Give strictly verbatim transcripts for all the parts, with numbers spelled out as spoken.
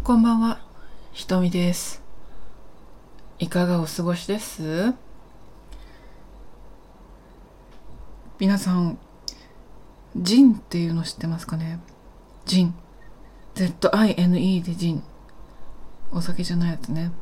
こんばんは、ひとみです。いかがお過ごしです？皆さん、ジンっていうの知ってますかね？ジン。ゼットアイエヌイー でジン。お酒じゃないやつね。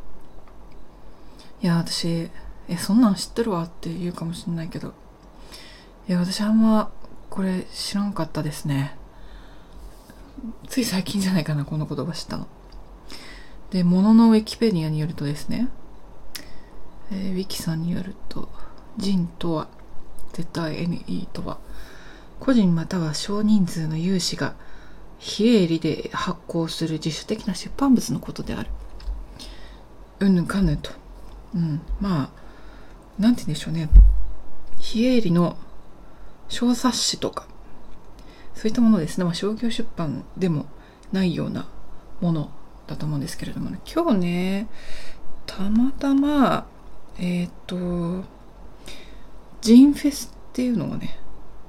いや、私、え、そんなん知ってるわって言うかもしれないけど、いや、私あんまこれ知らんかったですね。つい最近じゃないかな、この言葉知ったの。で、もののウィキペディアによるとですね、えー、ウィキさんによると、ジンとは、ゼットアイエヌイー とは、個人または少人数の有志が非営利で発行する自主的な出版物のことである。うんぬかんぬんと。うん、まあ、なんて言うんでしょうね。非営利の小冊子とか、そういったものですね。まあ、商業出版でもないようなものだと思うんですけれどもね。今日ね、たまたま、えっと、ジンフェスっていうのがね、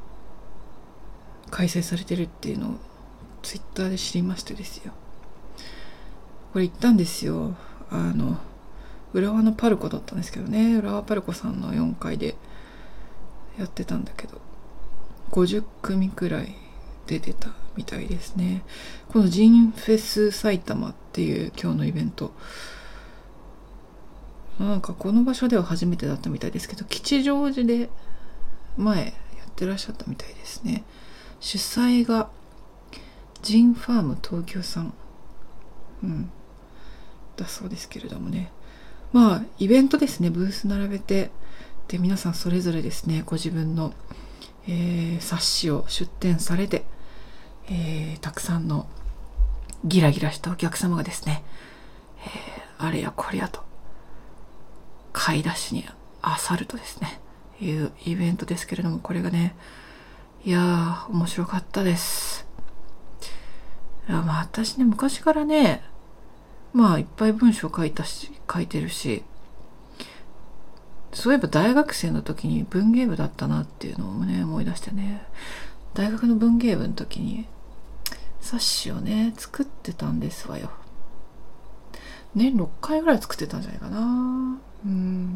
開催されてるっていうのをツイッターで知りましてですよ。これ行ったんですよ。あの浦和のパルコだったんですけどね。浦和パルコさんのよんかいでやってたんだけど、ごじゅっくみくらい出てたみたいですね。このジンフェス埼玉っていう今日のイベント、なんかこの場所では初めてだったみたいですけど、吉祥寺で前やってらっしゃったみたいですね。主催がジンファーム東京さん、うん、だそうですけれどもね。まあイベントですね。ブース並べて、で皆さんそれぞれですね、ご自分の、えー、冊子を出展されて、えー、たくさんのギラギラしたお客様がですね、えー、あれやこれやと買い出しにあさるとですねいうイベントですけれども、これがね、いやー面白かったです。いや、まあ私ね、昔からね、まあいっぱい文章書いたし書いてるし、そういえば大学生の時に文芸部だったなっていうのをね思い出してね、大学の文芸部の時に冊子をね作ってたんですわよ。年ろっかいぐらい作ってたんじゃないかな。うん、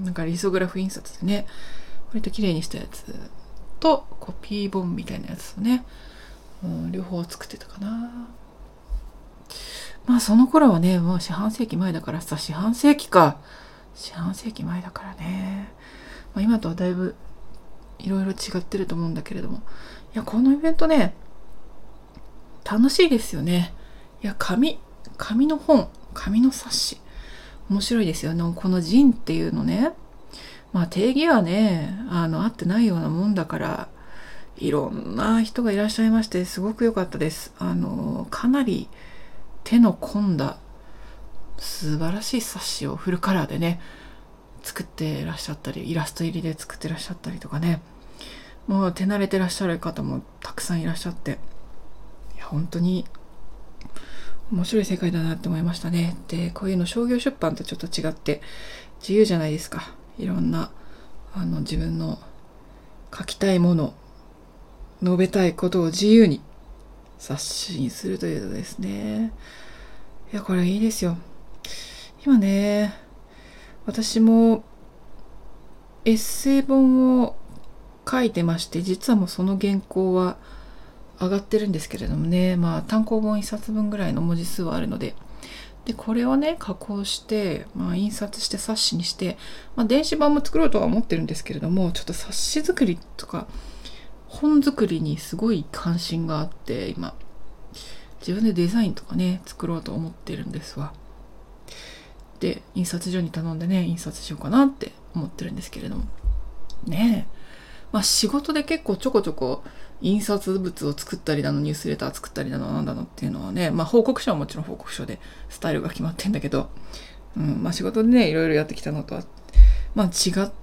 なんかリソグラフ印刷でね、割と綺麗にしたやつとコピー本みたいなやつをね、うん、両方作ってたかな。まあその頃はね、もう四半世紀前だからさ、四半世紀か四半世紀前だからね、まあ、今とはだいぶいろいろ違ってると思うんだけれども、いやこのイベントね楽しいですよね。いや紙紙の本、紙の冊子面白いですよね。このジンっていうのね、まあ定義はねあの合ってないようなもんだから、いろんな人がいらっしゃいまして、すごく良かったです。あのかなり手の込んだ素晴らしい冊子をフルカラーでね作ってらっしゃったり、イラスト入りで作ってらっしゃったりとかね、もう手慣れてらっしゃる方もたくさんいらっしゃって、いや本当に面白い世界だなって思いましたね。で、こういうの商業出版とちょっと違って自由じゃないですか。いろんなあの自分の書きたいもの、述べたいことを自由に冊子にするというのですね。いやこれいいですよ。今ね、私もエッセイ本を書いてまして、実はもうその原稿は上がってるんですけれどもね、まあ単行本いっさつぶんぐらいの文字数はあるので、でこれをね加工して、まあ、印刷して冊子にして、まあ、電子版も作ろうとは思ってるんですけれども、ちょっと冊子作りとか本作りにすごい関心があって、今自分でデザインとかね作ろうと思ってるんですわ。で印刷所に頼んでね印刷しようかなって思ってるんですけれどもねえ、まあ仕事で結構ちょこちょこ印刷物を作ったりだの、ニュースレター作ったりだのなんだのっていうのはね、まあ報告書はもちろん報告書でスタイルが決まってんだけど、うん、まあ仕事でねいろいろやってきたのとはまあ違って、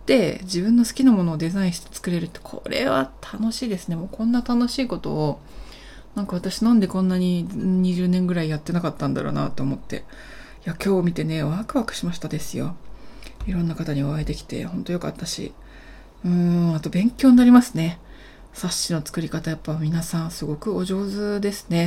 自分の好きなものをデザインして作れるって、これは楽しいですね。もうこんな楽しいことをなんか私なんでこんなににじゅうねんぐらいやってなかったんだろうなと思って、いや今日見てねワクワクしましたですよ。いろんな方にお会いできて本当良かったし、うーんあと勉強になりますね。冊子の作り方、やっぱ皆さんすごくお上手ですね。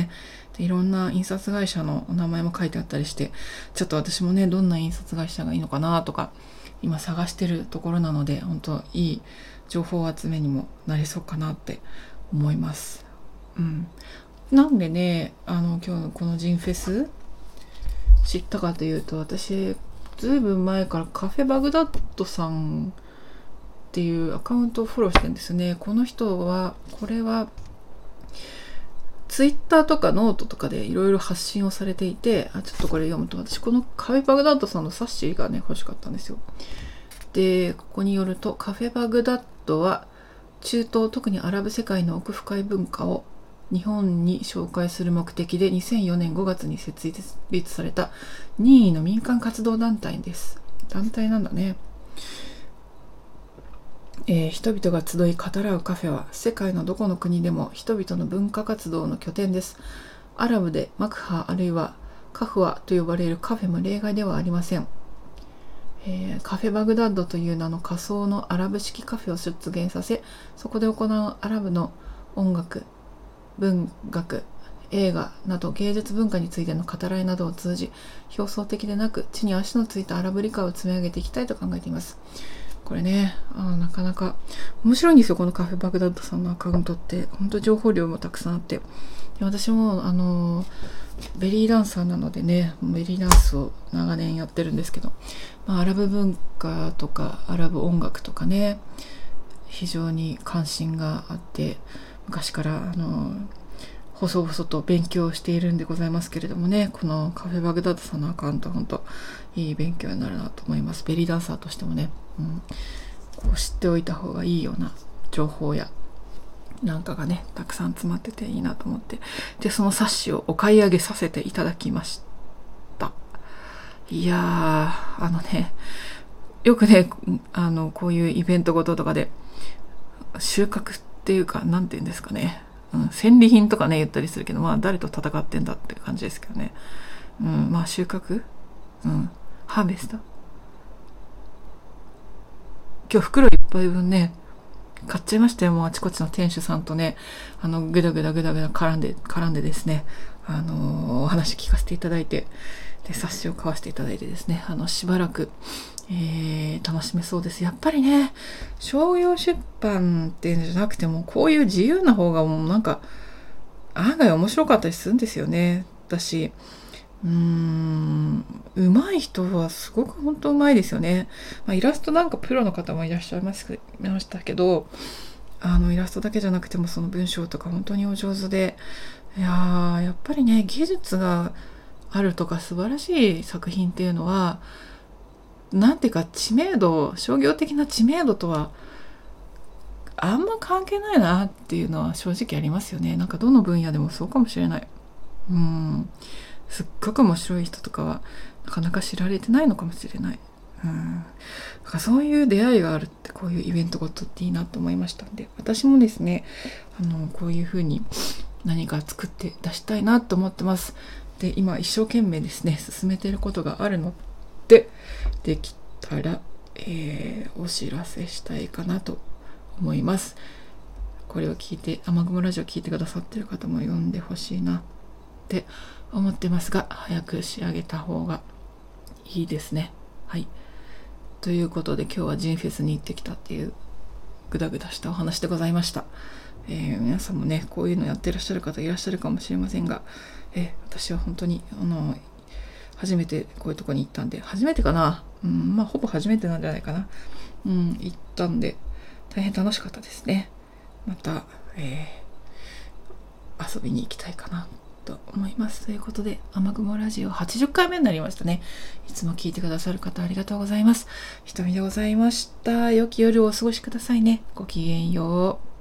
でいろんな印刷会社のお名前も書いてあったりして、ちょっと私もねどんな印刷会社がいいのかなとか今探してるところなので、本当いい情報集めにもなりそうかなって思います。うん、なんでねあの今日のこのジンフェス知ったかというと、私ずいぶん前からカフェバグダッドさんっていうアカウントをフォローしてるんですね。この人はこれはツイッターとかノートとかでいろいろ発信をされていて、あ、ちょっとこれ読むと、私このカフェバグダッドさんの冊子がね欲しかったんですよ。でここによると、カフェバグダッドは中東、特にアラブ世界の奥深い文化を日本に紹介する目的でにせんよねんごがつに設立された任意の民間活動団体です。団体なんだね。えー、人々が集い語らうカフェは世界のどこの国でも人々の文化活動の拠点です。アラブでマクハあるいはカフワと呼ばれるカフェも例外ではありません。えー、カフェバグダッドという名の仮想のアラブ式カフェを出現させ、そこで行うアラブの音楽、文学、映画など芸術文化についての語らいなどを通じ、表層的でなく地に足のついたアラブ理解を積み上げていきたいと考えています。これね、あなかなか面白いんですよ、このカフェバグダッドさんのアカウントって。本当情報量もたくさんあって、で私もあのベリーダンサーなのでね、ベリーダンスを長年やってるんですけど、まあ、アラブ文化とかアラブ音楽とかね、非常に関心があって、昔からあの細々と勉強しているんでございますけれどもね、このカフェバグダッドさんのアカウント、本当いい勉強になるなと思います。ベリーダンサーとしてもね、うん、こう知っておいた方がいいような情報やなんかがねたくさん詰まってていいなと思って、でその冊子をお買い上げさせていただきました。いやー、あのね、よくねあのこういうイベントごととかで収穫っていうか、なんていうんですかね、うん、戦利品とかね言ったりするけど、まあ誰と戦ってんだって感じですけどね。うん、まあ収穫、うん、ハーベスト。今日袋いっぱい分ね買っちゃいましたよ。もうあちこちの店主さんとね、あのぐだぐだぐだぐだ絡んで絡んでですね、あのー、お話聞かせていただいて、で冊子を買わせていただいてですね、あのしばらく、えー、楽しめそうです。やっぱりね、商業出版っていうんじゃなくても、こういう自由な方がもうなんか案外面白かったりするんですよね。私うーん上手い人はすごく本当上手いですよね。まあ、イラストなんかプロの方もいらっしゃいましたけど、あのイラストだけじゃなくてもその文章とか本当にお上手で、いやーやっぱりね、技術があるとか素晴らしい作品っていうのはなんていうか知名度、商業的な知名度とはあんま関係ないなっていうのは正直ありますよね。なんかどの分野でもそうかもしれない。うんすっごく面白い人とかはなかなか知られてないのかもしれない。うん、だからそういう出会いがあるって、こういうイベントごとっていいなと思いましたんで、私もですね、あのこういう風に何か作って出したいなと思ってます。で、今一生懸命ですね進めていることがあるので、できたら、えー、お知らせしたいかなと思います。これを聞いて、雨雲ラジオ聞いてくださってる方も読んでほしいなって思ってますが、早く仕上げた方がいいですね。はい。ということで今日はジンフェスに行ってきたっていうグダグダしたお話でございました。えー、皆さんもねこういうのやってらっしゃる方いらっしゃるかもしれませんが、えー、私は本当にあの初めてこういうとこに行ったんで、初めてかな、うん、まあほぼ初めてなんじゃないかな、うん、行ったんで大変楽しかったですね。また、えー、遊びに行きたいかなと思います。ということで、雨雲ラジオはちじゅっかいめになりましたね。いつも聞いてくださる方ありがとうございます。ひとみでございました。良き夜をお過ごしくださいね。ごきげんよう。